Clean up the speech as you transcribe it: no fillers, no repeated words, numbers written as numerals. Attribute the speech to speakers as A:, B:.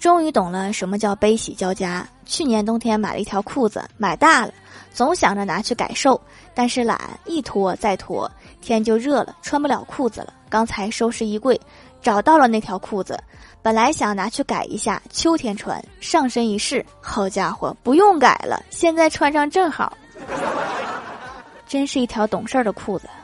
A: 终于懂了什么叫悲喜交加。去年冬天买了一条裤子，买大了，总想着拿去改瘦，但是懒，一拖再拖，天就热了，穿不了裤子了。刚才收拾衣柜，找到了那条裤子，本来想拿去改一下，秋天穿，上身一试，好家伙，不用改了，现在穿上正好。真是一条懂事的裤子。